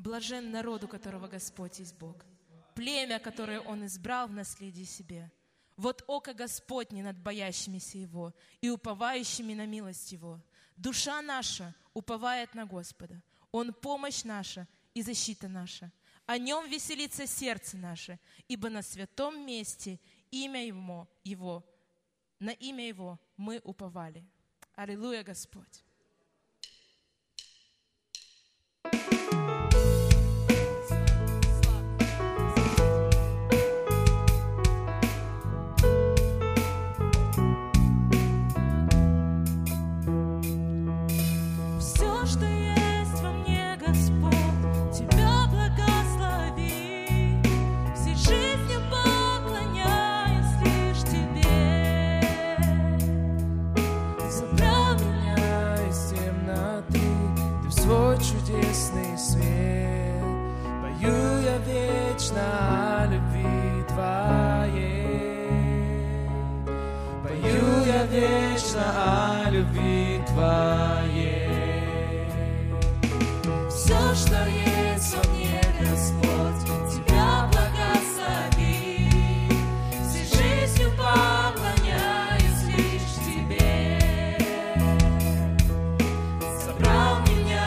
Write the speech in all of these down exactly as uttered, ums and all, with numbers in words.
Блажен народу, которого Господь есть Бог, племя, которое Он избрал в наследие себе. Вот око Господне над боящимися Его и уповающими на милость Его. Душа наша уповает на Господа. Он помощь наша и защита наша. О Нем веселится сердце наше, ибо на святом месте имя Его, Его, на имя Его мы уповали. Аллилуйя, Господь! Чудесный свет, пою я вечно о любви Твоей, пою я вечно о любви Твоей. Все, что есть во мне, Господь, Тебя благослови, всей жизнью поклоняюсь лишь Тебе. Собрал меня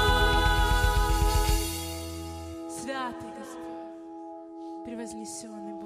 превознесенный